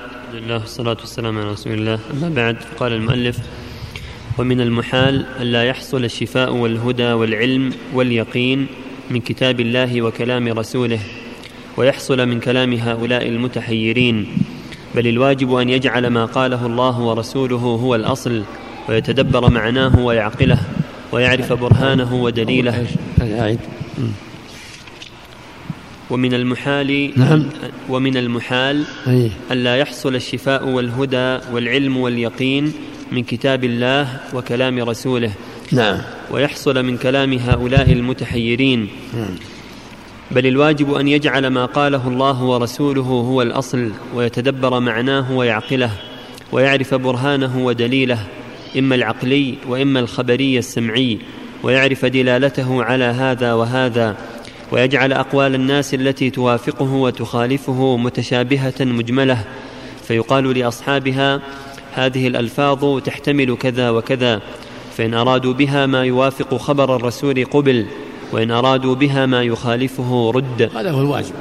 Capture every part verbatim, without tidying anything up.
لله والصلاة والسلام على رسول الله. أما بعد، قال المؤلف: ومن المحال ألا يحصل الشفاء والهدى والعلم واليقين من كتاب الله وكلام رسوله، ويحصل من كلام هؤلاء المتحيرين، بل الواجب أن يجعل ما قاله الله ورسوله هو الأصل، ويتدبر معناه ويعقله، ويعرف برهانه ودليله. ومن المحال نعم. ومن المحال ألا يحصل الشفاء والهدى والعلم واليقين من كتاب الله وكلام رسوله، نعم. ويحصل من كلام هؤلاء المتحيرين، بل الواجب أن يجعل ما قاله الله ورسوله هو الأصل، ويتدبر معناه ويعقله، ويعرف برهانه ودليله، إما العقلي وإما الخبري السمعي، ويعرف دلالته على هذا وهذا، ويجعل أقوال الناس التي توافقه وتخالفه متشابهة مجملة، فيقال لأصحابها: هذه الألفاظ تحتمل كذا وكذا، فإن أرادوا بها ما يوافق خبر الرسول قبل، وإن أرادوا بها ما يخالفه رد. هذا هو الواجب،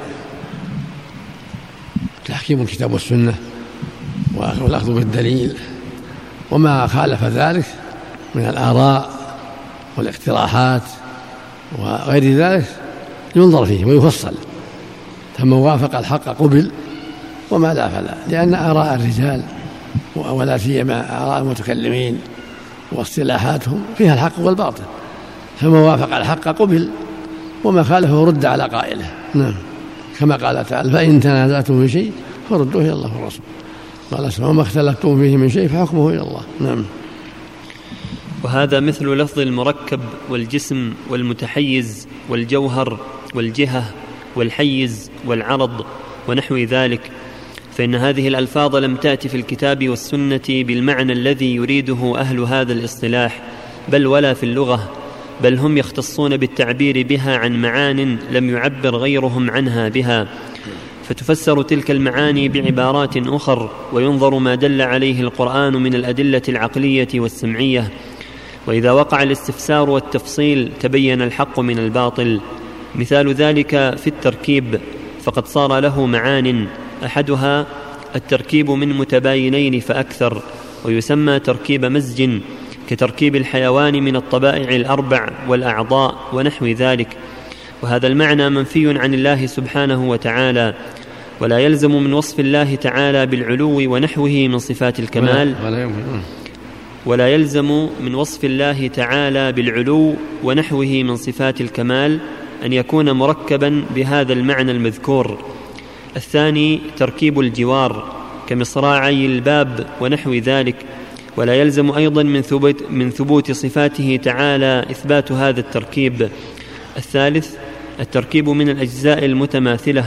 تحكيم الكتاب والسنة والأخذ بالدليل، وما خالف ذلك من الآراء والاقتراحات وغير ذلك ينظر فيه ويفصل، فمن وافق الحق قبل وما لا فلا، لأن آراء الرجال ولا سيما آراء المتكلمين واصطلاحاتهم فيها الحق والباطل، فمن وافق الحق قبل وما خالفه رد على قائله. نعم، كما قال تعالى: فإن تنازعتم في شيء فردوه إلى الله والرسول، قال: وما اختلفتم فيه من شيء فحكمه إلى الله. نعم. وهذا مثل لفظ المركب والجسم والمتحيز والجوهر والجهة والحيز والعرض ونحو ذلك، فإن هذه الألفاظ لم تأتي في الكتاب والسنة بالمعنى الذي يريده أهل هذا الاصطلاح، بل ولا في اللغة، بل هم يختصون بالتعبير بها عن معان لم يعبر غيرهم عنها بها، فتفسر تلك المعاني بعبارات أخر، وينظر ما دل عليه القرآن من الأدلة العقلية والسمعية، وإذا وقع الاستفسار والتفصيل تبين الحق من الباطل. مثال ذلك في التركيب، فقد صار له معان، أحدها التركيب من متباينين فأكثر، ويسمى تركيب مزج، كتركيب الحيوان من الطبائع الأربع والأعضاء ونحو ذلك، وهذا المعنى منفي عن الله سبحانه وتعالى، ولا يلزم من وصف الله تعالى بالعلو ونحوه من صفات الكمال ولا يلزم من وصف الله تعالى بالعلو ونحوه من صفات الكمال أن يكون مركبا بهذا المعنى المذكور. الثاني تركيب الجوار كمصراعي الباب ونحو ذلك، ولا يلزم أيضا من ثبوت, من ثبوت صفاته تعالى إثبات هذا التركيب. الثالث التركيب من الأجزاء المتماثلة،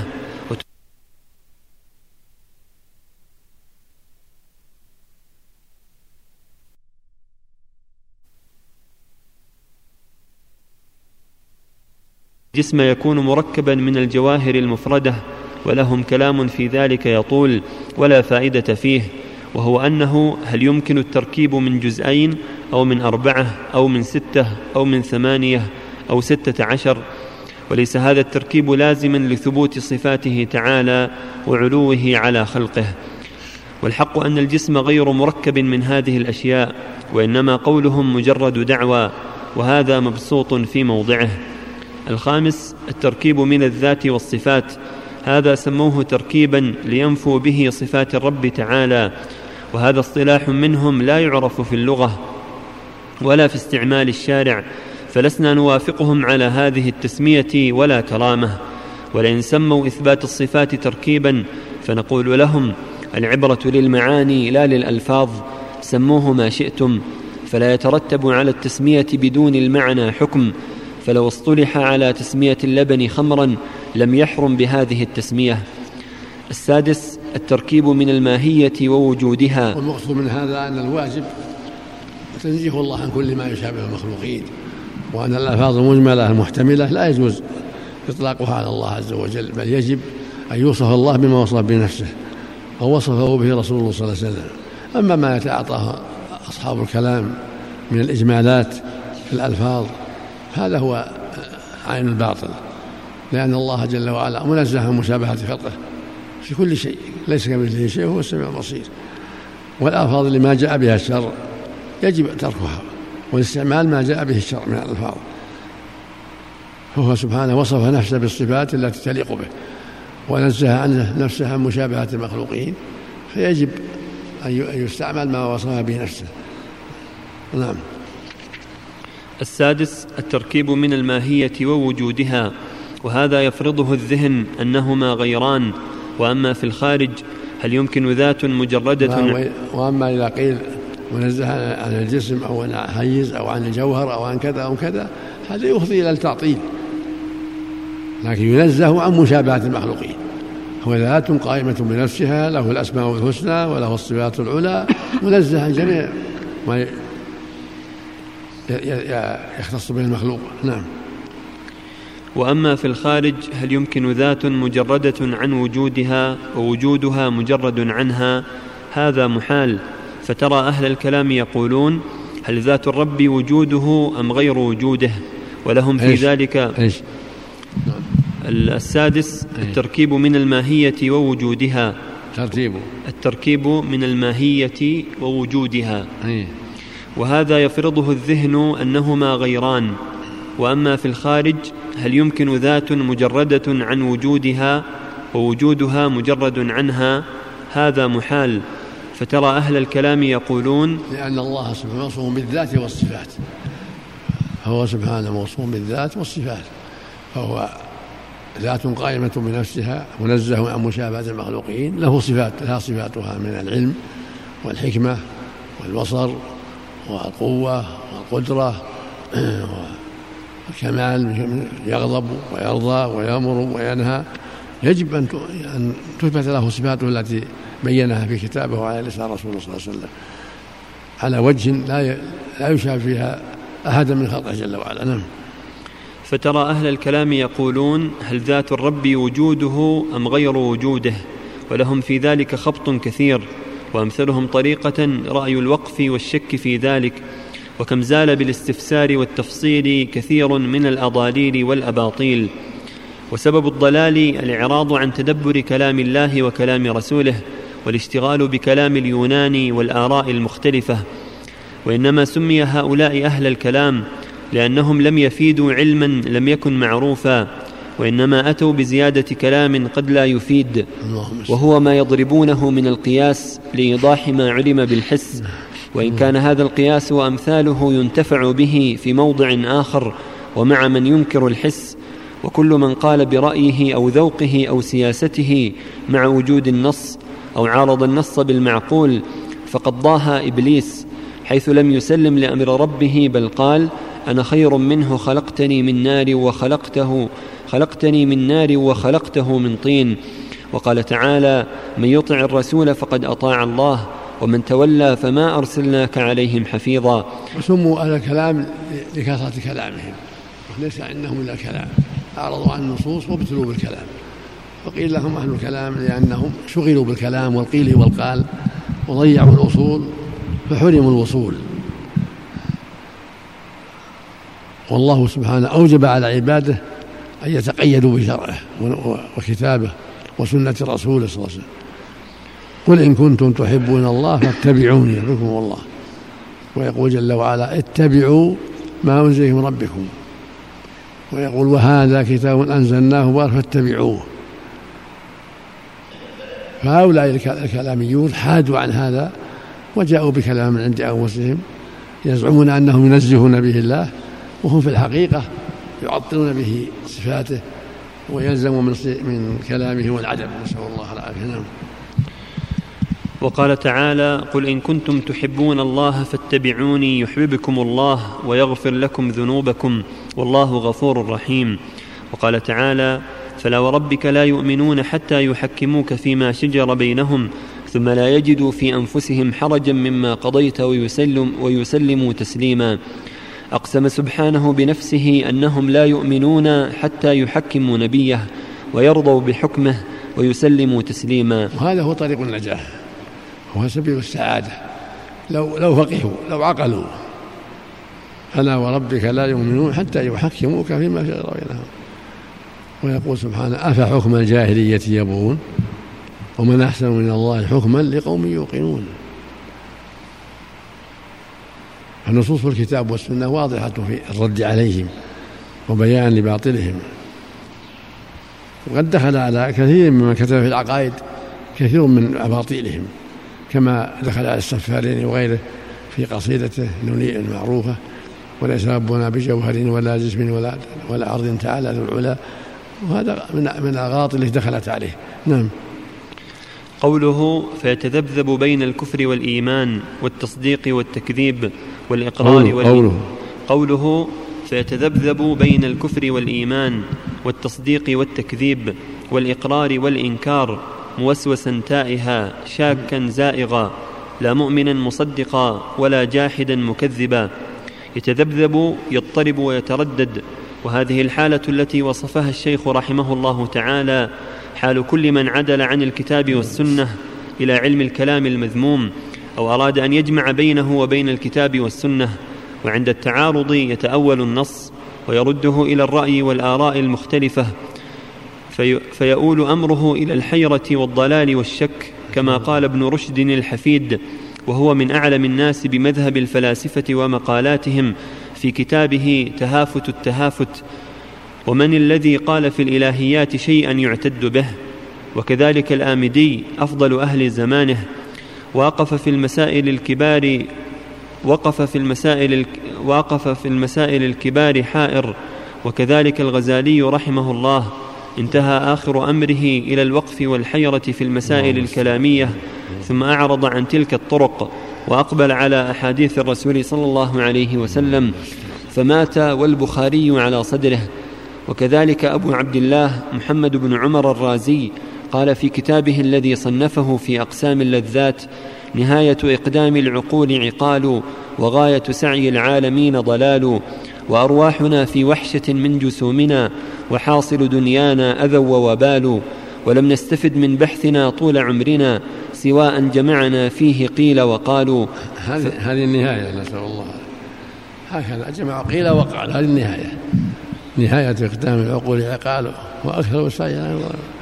جسم يكون مركبا من الجواهر المفردة، ولهم كلام في ذلك يطول ولا فائدة فيه، وهو أنه هل يمكن التركيب من جزئين أو من أربعة أو من ستة أو من ثمانية أو ستة عشر، وليس هذا التركيب لازما لثبوت صفاته تعالى وعلوه على خلقه. والحق أن الجسم غير مركب من هذه الأشياء، وإنما قولهم مجرد دعوى، وهذا مبسوط في موضعه. الخامس التركيب من الذات والصفات، هذا سموه تركيبا لينفوا به صفات الرب تعالى، وهذا اصطلاح منهم لا يعرف في اللغة ولا في استعمال الشارع، فلسنا نوافقهم على هذه التسمية ولا كرامة. ولئن سموا إثبات الصفات تركيبا فنقول لهم: العبرة للمعاني لا للألفاظ، سموه ما شئتم، فلا يترتب على التسمية بدون المعنى حكم، فلو اصطلح على تسمية اللبن خمرا لم يحرم بهذه التسمية. السادس التركيب من الماهية ووجودها، والمقصود من هذا أن الواجب تنزيه الله عن كل ما يشابه المخلوقين، وأن الألفاظ المجملة المحتملة لا يجوز إطلاقها على الله عز وجل، بل يجب أن يوصف الله بما وصف بنفسه أو وصفه به رسول الله صلى الله عليه وسلم. أما ما يتعاطاه أصحاب الكلام من الإجمالات في الألفاظ هذا هو عين الباطل، لأن الله جل وعلا منزه عن مشابهة خلقه في كل شيء، ليس كمثله شيء وهو السميع البصير. والألفاظ اللي ما جاء بها الشر يجب تركها والاستعمال ما جاء به الشر من الألفاظ. هو سبحانه وصف نفسه بالصفات التي تليق به ونزه عنه نفسه عن مشابهة المخلوقين، فيجب أن يستعمل ما وصف به نفسه. نعم. السادس التركيب من الماهية ووجودها، وهذا يفرضه الذهن أنهما غيران. وأما في الخارج هل يمكن ذات مجردة؟ وأما إذا قيل منزه عن الجسم أو عن الحيز أو عن الجوهر أو عن كذا أو كذا، هذا يفضي إلى التعطيل، لكن ينزه عن مشابهة المخلوقين. هو ذات قائمة بنفسها، له الأسماء الحسنى وله الصفات العلى، منزه عن جميع ما يختص به المخلوق. نعم. وأما في الخارج هل يمكن ذات مجردة عن وجودها ووجودها مجرد عنها؟ هذا محال. فترى أهل الكلام يقولون هل ذات الرب وجوده أم غير وجوده؟ ولهم في إيش؟ ذلك إيش؟ السادس التركيب من الماهية ووجودها. ترتيب التركيب من الماهية ووجودها، إيه؟ وهذا يفرضه الذهن أنهما غيران. وأما في الخارج هل يمكن ذات مجردة عن وجودها ووجودها مجرد عنها؟ هذا محال. فترى أهل الكلام يقولون لأن الله سبحانه موصوف بالذات والصفات، هو سبحانه موصوف بالذات والصفات، فهو ذات قائمة بنفسها منزه عن مشابهة المخلوقين، له صفات لها صفاتها من العلم والحكمة والبصر والقوة والقدرة والكمال، يغضب ويرضى ويأمر وينهى. يجب أن تثبت له صفاته التي بينها في كتابه وعلى لسان رسوله صلى الله عليه وسلم على وجه لا لا يشابه فيها أحدا من خلقه جل وعلا. نعم. فترى أهل الكلام يقولون هل ذات الرب وجوده أم غير وجوده؟ ولهم في ذلك خبط كثير، وأمثلهم طريقة رأي الوقف والشك في ذلك. وكم زال بالاستفسار والتفصيل كثير من الأضاليل والأباطيل. وسبب الضلال الإعراض عن تدبر كلام الله وكلام رسوله والاشتغال بكلام اليونان والآراء المختلفة. وإنما سمي هؤلاء أهل الكلام لأنهم لم يفيدوا علما لم يكن معروفا، وإنما أتوا بزيادة كلام قد لا يفيد، وهو ما يضربونه من القياس لإيضاح ما علم بالحس. وإن كان هذا القياس وأمثاله ينتفع به في موضع آخر ومع من ينكر الحس، وكل من قال برأيه أو ذوقه أو سياسته مع وجود النص أو عارض النص بالمعقول فقد ضاها إبليس، حيث لم يسلم لأمر ربه، بل قال أنا خير منه خلقتني من نار وخلقته خلقتني من نار وخلقته من طين. وقال تعالى من يطع الرسول فقد أطاع الله ومن تولى فما أرسلناك عليهم حفيظا. وسموا أهل الكلام لكثرة كلامهم، ليس عندهم إلا كلام، أعرضوا عن النصوص وابتلوا بالكلام، وقيل لهم أهل الكلام لأنهم شغلوا بالكلام والقيل والقال وضيعوا الأصول فحرموا الوصول. والله سبحانه أوجب على عباده أن يتقيدوا بشرعه وكتابه وسنة رسوله صلى الله عليه وسلم. قل إن كنتم تحبون الله فاتبعوني يحببكم الله. ويقول جل وعلا اتبعوا ما أنزل من ربكم، ويقول وهذا كتاب أنزلناه مبارك فاتبعوه. فهؤلاء الكلاميون حادوا عن هذا وجاءوا بكلام من عند أنفسهم يزعمون أنهم ينزهون به الله، وهم في الحقيقة يعطلون به صفاته ويلزم من كلامه والعدم، نسأل الله العافية. وقال تعالى قل إن كنتم تحبون الله فاتبعوني يحببكم الله ويغفر لكم ذنوبكم والله غفور رحيم. وقال تعالى فلا وربك لا يؤمنون حتى يحكموك فيما شجر بينهم ثم لا يجدوا في أنفسهم حرجا مما قضيت ويسلم ويسلموا تسليما. أقسم سبحانه بنفسه أنهم لا يؤمنون حتى يحكموا نبيه ويرضوا بحكمه ويسلموا تسليما. وهذا هو طريق النجاة، وهو سبيل السعادة. لو لو فقهوا لو عقلوا. فلا وربك لا يؤمنون حتى يحكموك فيما شجر بينهم. ويقول سبحانه أفحكم الجاهلية يبغون ومن أحسن من الله حكما لقوم يوقنون. النصوص في الكتاب والسنة واضحة في الرد عليهم وبيان لباطلهم، وقد دخل على كثير مما كتب في العقائد كثير من أباطيلهم، كما دخل على السفارين وغيره في قصيدته نوني المعروفة: وليس ربنا بجوهر ولا جسم ولا ولا عرض تعالى ذو العلا، وهذا من من الأغاط التي دخلت عليه. نعم. قوله: فيتذبذب بين الكفر والإيمان والتصديق والتكذيب والإقرار قوله, قوله, قوله فيتذبذب بين الكفر والإيمان والتصديق والتكذيب والإقرار والإنكار موسوسا تائها شاكا زائغا، لا مؤمنا مصدقا ولا جاحدا مكذبا. يتذبذب يضطرب ويتردد، وهذه الحالة التي وصفها الشيخ رحمه الله تعالى حال كل من عدل عن الكتاب والسنة إلى علم الكلام المذموم، أو أراد أن يجمع بينه وبين الكتاب والسنة، وعند التعارض يتأول النص ويرده إلى الرأي والآراء المختلفة، في فيؤول أمره إلى الحيرة والضلال والشك، كما قال ابن رشد الحفيد وهو من أعلم الناس بمذهب الفلاسفة ومقالاتهم في كتابه تهافت التهافت: ومن الذي قال في الإلهيات شيئا يعتد به؟ وكذلك الآمدي أفضل أهل زمانه وقف في المسائل الكبار وقف في المسائل وقف في المسائل الكبار حائر. وكذلك الغزالي رحمه الله انتهى آخر أمره إلى الوقف والحيرة في المسائل الكلامية، ثم أعرض عن تلك الطرق وأقبل على أحاديث الرسول صلى الله عليه وسلم فمات والبخاري على صدره. وكذلك أبو عبد الله محمد بن عمر الرازي قال في كتابه الذي صنفه في أقسام اللذات: نهاية إقدام العقول عقال، وغاية سعي العالمين ضلال، وأرواحنا في وحشة من جسومنا، وحاصل دنيانا أذى ووبال، ولم نستفد من بحثنا طول عمرنا سواء جمعنا فيه قيل وقالوا. هذه هذه النهاية، نسأل الله. هكذا جمع قيل وقال، هذه النهاية، نهاية إقدام العقول عقال، وأكثر السعي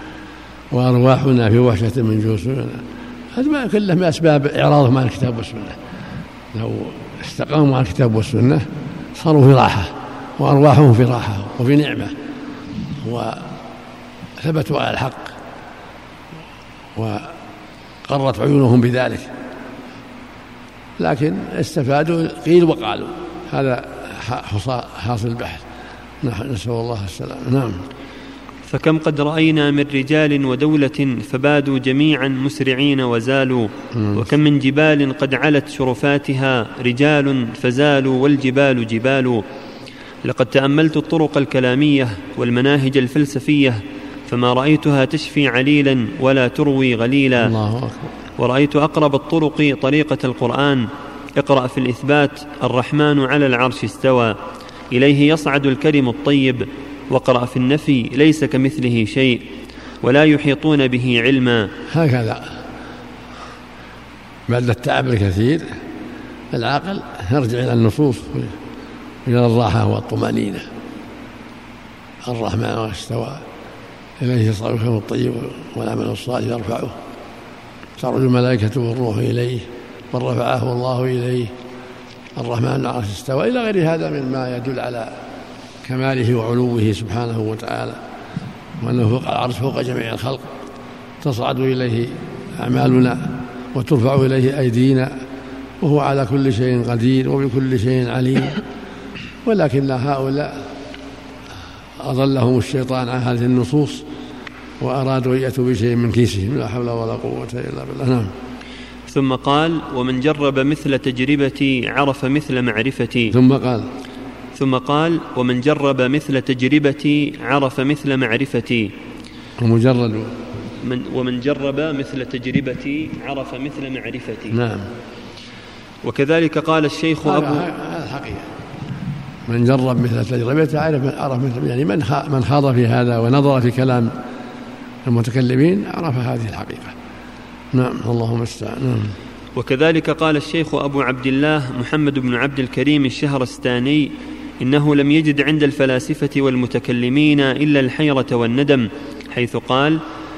وأرواحنا في وحشة من جسومنا. هذا ما كله من أسباب إعراضهم عن الكتاب والسنة. لو استقاموا على الكتاب والسنة صاروا في راحة، وأرواحهم في راحة وفي نعمة، وثبتوا على الحق وقرت عيونهم بذلك. لكن استفادوا قيل وقالوا، هذا حاصل البحث، نسأل الله السلام. نعم. فكم قد رأينا من رجال ودولة فبادوا جميعا مسرعين وزالوا، وكم من جبال قد علت شرفاتها رجال فزالوا والجبال جبال. لقد تأملت الطرق الكلامية والمناهج الفلسفية فما رأيتها تشفي عليلا ولا تروي غليلا. الله أكبر. ورأيت أقرب الطرق طريقة القرآن: اقرأ في الإثبات: الرحمن على العرش استوى، إليه يصعد الكلم الطيب. واقرأ في النفي: ليس كمثله شيء، ولا يحيطون به علما. هكذا بعد التعب الكثير العقل يرجع إلى النصوص، إلى الراحة والطمأنينة. الرحمن استوى، إليه يصعد الكلم الطيب والعمل الصالح يرفعه، تعرج الملائكة والروح إليه، بل رفعه الله إليه. الرحمن على العرش استوى، إلى غير هذا مما يدل على كماله وعلوه سبحانه وتعالى، وأنه فوق العرش فوق جميع الخلق، تصعد إليه أعمالنا وترفع إليه أيدينا، وهو على كل شيء قدير وبكل شيء عليم. ولكن هؤلاء أضلهم الشيطان عن هذه النصوص وأرادوا أن يأتوا بشيء من كيسهم، لا حول ولا قوة إلا بالله. نعم. ثم قال: ومن جرب مثل تجربتي عرف مثل معرفتي. ثم قال ثم قال ومن جرب مثل تجربتي عرف مثل معرفتي. ومجرد من ومن جرب مثل تجربتي عرف مثل معرفتي. نعم. وكذلك قال الشيخ أبو هذا الحقيقة، من جرب مثل تجربته عرف مثل، يعني من من خاض في هذا ونظر في كلام المتكلمين عرف هذه الحقيقة. نعم. اللهم استعان. نعم. وكذلك قال الشيخ أبو عبد الله محمد بن عبد الكريم الشهرستاني: إنه لم يجد عند الفلاسفة والمتكلمين إلا الحيرة والندم، حيث قال: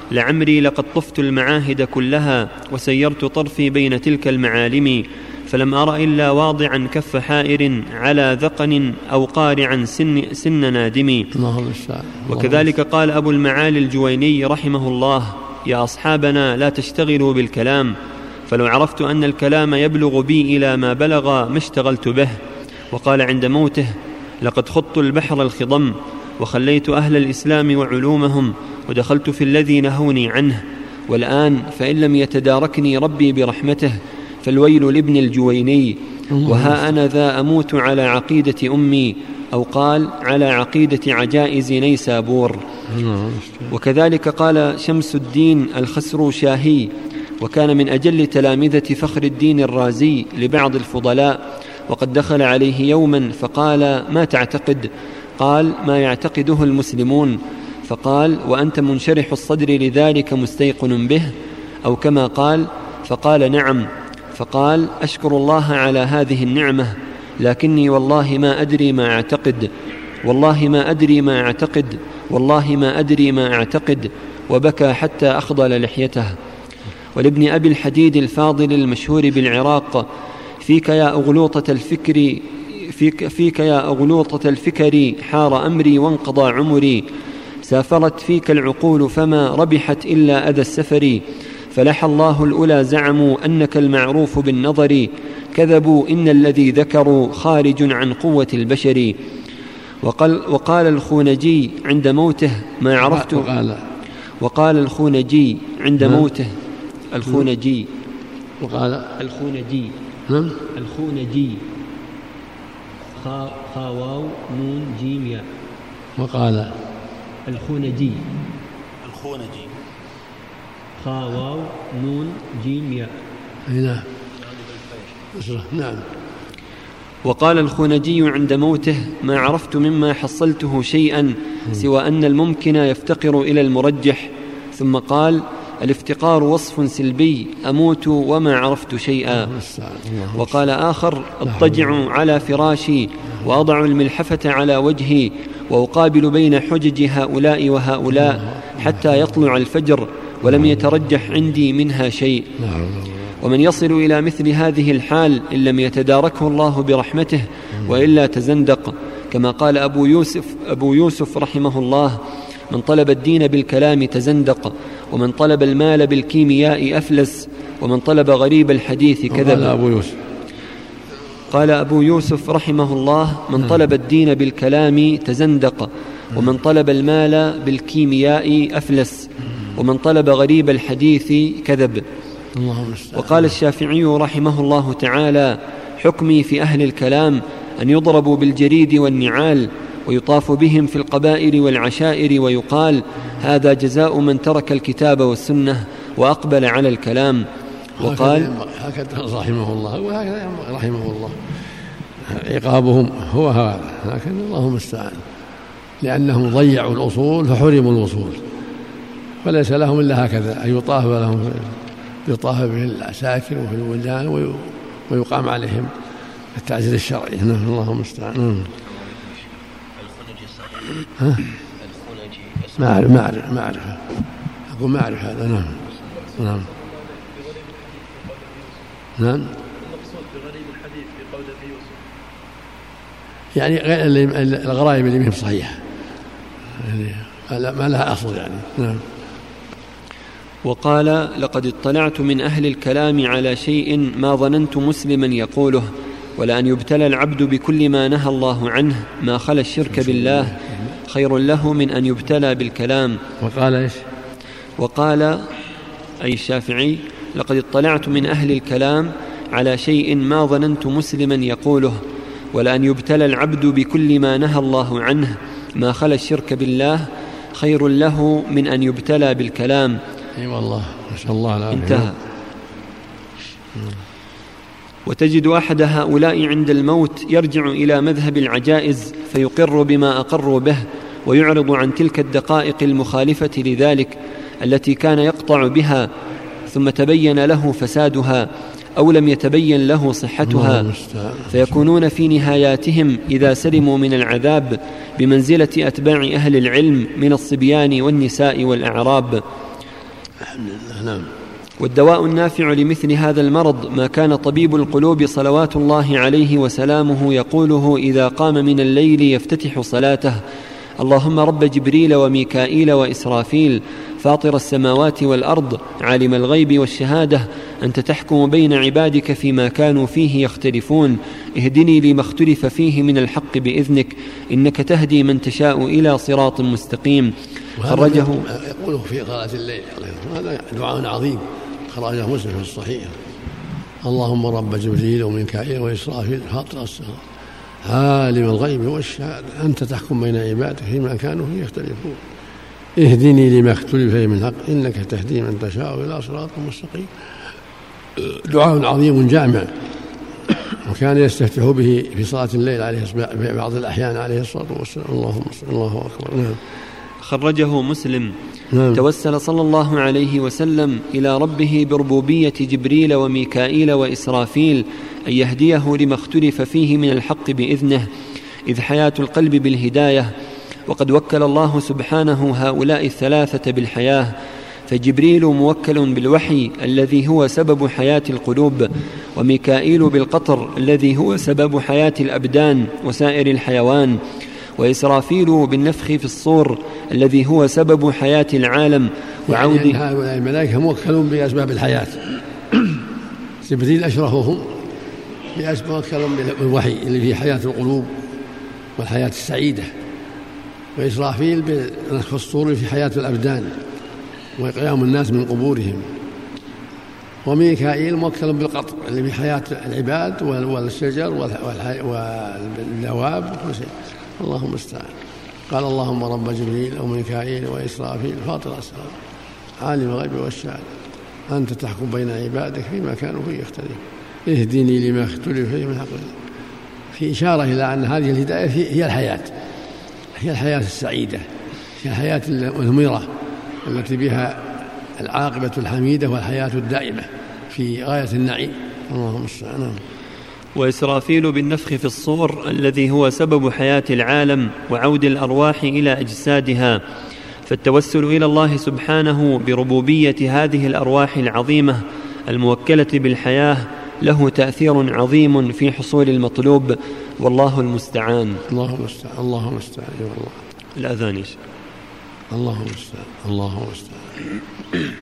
لعمري لقد طفت المعاهد كلها وسيرت طرفي بين تلك المعالم، فلم أر إلا واضعا كف حائر على ذقن أو قارعا سن, سن نادم. وكذلك قال أبو المعالي الجويني رحمه الله: يا أصحابنا لا تشتغلوا بالكلام، فلو عرفت أن الكلام يبلغ بي إلى ما بلغ ما اشتغلت به. وقال عند موته: لقد خضت البحر الخضم وخليت أهل الإسلام وعلومهم ودخلت في الذي نهوني عنه، والآن فإن لم يتداركني ربي برحمته فالويل لابن الجويني، وها أنا ذا أموت على عقيدة أمي، أو قال على عقيدة عجائز نيسابور. وكذلك قال شمس الدين الخسروشاهي، وكان من أجل تلامذة فخر الدين الرازي لبعض الفضلاء، وقد دخل عليه يوما فقال: ما تعتقد؟ قال: ما يعتقده المسلمون. فقال: وأنت منشرح الصدر لذلك مستيقن به؟ أو كما قال. فقال: نعم. فقال: أشكر الله على هذه النعمة، لكني والله ما أدري ما أعتقد، والله ما أدري ما أعتقد، والله ما أدري ما أعتقد، وبكى حتى أخضل لحيته. ولابن أبي الحديد الفاضل المشهور بالعراق: فيك يا أغلوطة الفكر فيك, فيك يا أغلوطة الفكر حار أمري وانقضى عمري، سافرت فيك العقول فما ربحت إلا أذى السفر، فلح الله الأولى زعموا أنك المعروف بالنظر، كذبوا إن الذي ذكروا خارج عن قوة البشر. وقال, وقال الخونجي عند موته: ما عرفت. وقال, وقال الخونجي عند موته الخونجي وقال الخونجي نعم الخونجي خا خا واو نون جيم ياء. وقال الخونجي الخونجي خا واو نون جيم ياء. نعم. نعم. وقال الخونجي عند موته: ما عرفت مما حصلته شيئا سوى أن الممكن يفتقر إلى المرجح. ثم قال: الافتقار وصف سلبي، أموت وما عرفت شيئا. وقال آخر: اضطجع على فراشي وأضع الملحفة على وجهي وأقابل بين حجج هؤلاء وهؤلاء حتى يطلع الفجر ولم يترجح عندي منها شيء. ومن يصل إلى مثل هذه الحال إن لم يتداركه الله برحمته وإلا تزندق، كما قال أبو يوسف, أبو يوسف رحمه الله: من طلب الدين بالكلام تزندق، ومن طلب المال بالكيمياء أفلس، ومن طلب غريب الحديث كذب. قال أبو يوسف قال أبو يوسف رحمه الله: من طلب الدين بالكلام تزندق، ومن طلب المال بالكيمياء أفلس، ومن طلب غريب الحديث كذب. وقال الشافعي رحمه الله تعالى: حكمي في أهل الكلام أن يضربوا بالجريد والنعال ويطاف بهم في القبائل والعشائر، ويقال: هذا جزاء من ترك الكتاب والسنة وأقبل على الكلام. وقال هكذا رحمه الله وهكذا رحمه الله عقابهم هو هذا، لكن اللهم المستعان، لأنهم ضيعوا الأصول فحرموا الوصول، فليس لهم إلا هكذا أن يطاف لهم يطاف به العساكر وفي الولدان ويقام عليهم التعزير الشرعي. اللهم المستعان. ها؟ ما أعرف ما أعرف ما أعرف أقول ما أعرف هذا. نعم نعم نعم. المقصود بغريب الحديث في قول أبي يوسف يعني غير الغرائب اللي منهم صحيحة، يعني ما لها أصل يعني. نعم. وقال: لقد اطلعت من أهل الكلام على شيء ما ظننت مسلما يقوله، ولأن يبتلى العبد بكل ما نهى الله عنه ما خلا الشرك بالله خير له من أن يبتلى بالكلام. وقال إيش؟ وقال أي الشافعي: لقد اطلعت من أهل الكلام على شيء ما ظننت مسلما يقوله، ولأن يبتلى العبد بكل ما نهى الله عنه ما خلا الشرك بالله خير له من أن يبتلى بالكلام. اي والله ما شاء الله على انتهى. وتجد أحد هؤلاء عند الموت يرجع إلى مذهب العجائز فيقر بما أقروا به ويعرض عن تلك الدقائق المخالفة لذلك التي كان يقطع بها، ثم تبين له فسادها أو لم يتبين له صحتها، فيكونون في نهاياتهم إذا سلموا من العذاب بمنزلة أتباع أهل العلم من الصبيان والنساء والأعراب. الحمد لله. نعم. والدواء النافع لمثل هذا المرض ما كان طبيب القلوب صلوات الله عليه وسلامه يقوله إذا قام من الليل يفتتح صلاته: اللهم رب جبريل وميكائيل وإسرافيل فاطر السماوات والأرض عالم الغيب والشهادة أنت تحكم بين عبادك فيما كانوا فيه يختلفون اهدني لما اختلف فيه من الحق بإذنك إنك تهدي من تشاء إلى صراط مستقيم. خرجه يقوله في قراءة الليل. هذا دعاء عظيم خرجه مسلم في الصحيح: اللهم رب جبريل وميكائيل وإسرافيل فاطر السماوات عالم الغيب والشهادة أنت تحكم بين عبادك فيما كانوا فيه يختلفون اهدني لما اختلف فيه من الحق إنك تهدي من تشاء إلى صراط مستقيم. دعاء عظيم جامع، وكان يستفتح به في صلاة الليل عليه في بعض الأحيان عليه الصلاة والسلام. اللهم صل. الله أكبر. نعم. خرجه مسلم. نعم. توسل صلى الله عليه وسلم إلى ربه بربوبية جبريل وميكائيل وإسرافيل أن يهديه لما اختلف فيه من الحق بإذنه، إذ حياة القلب بالهداية، وقد وكل الله سبحانه هؤلاء الثلاثة بالحياة، فجبريل موكل بالوحي الذي هو سبب حياة القلوب، وميكائيل بالقطر الذي هو سبب حياة الأبدان وسائر الحيوان، وإسرافيل بالنفخ في الصور الذي هو سبب حياة العالم وعود يعني هؤلاء الملائكة موكلون بأسباب الحياة. جبريل أشرفهم بأسباب موكلون بالوحي اللي فيه حياة القلوب والحياة السعيدة، وإسرافيل بالنفخ في الصور في حياة الأبدان وإقيام الناس من قبورهم، وميكائيل موكل بالقطر اللي في حياة العباد والشجر والدواب وكل شيء. اللهم استعان. قال اللهم رب جبريل وميكائيل وإسرافيل فاطر السماوات عالم الغيب والشهادة أنت تحكم بين عبادك فيما كانوا فيه يختلفون اهدني لما اختلف فيه من حق. في إشارة إلى أن هذه الهداية هي الحياة، هي الحياة السعيدة، هي الحياة المثمرة التي بها العاقبة الحميدة والحياة الدائمة في غاية النعيم. اللهم استعان. وإسرافيل بالنفخ في الصور الذي هو سبب حياة العالم وعود الأرواح إلى أجسادها، فالتوسل إلى الله سبحانه بربوبية هذه الأرواح العظيمة الموكلة بالحياة له تأثير عظيم في حصول المطلوب، والله المستعان. الله المستعان. الله المستعان. الأذان. الله المستعان. الله المستعان.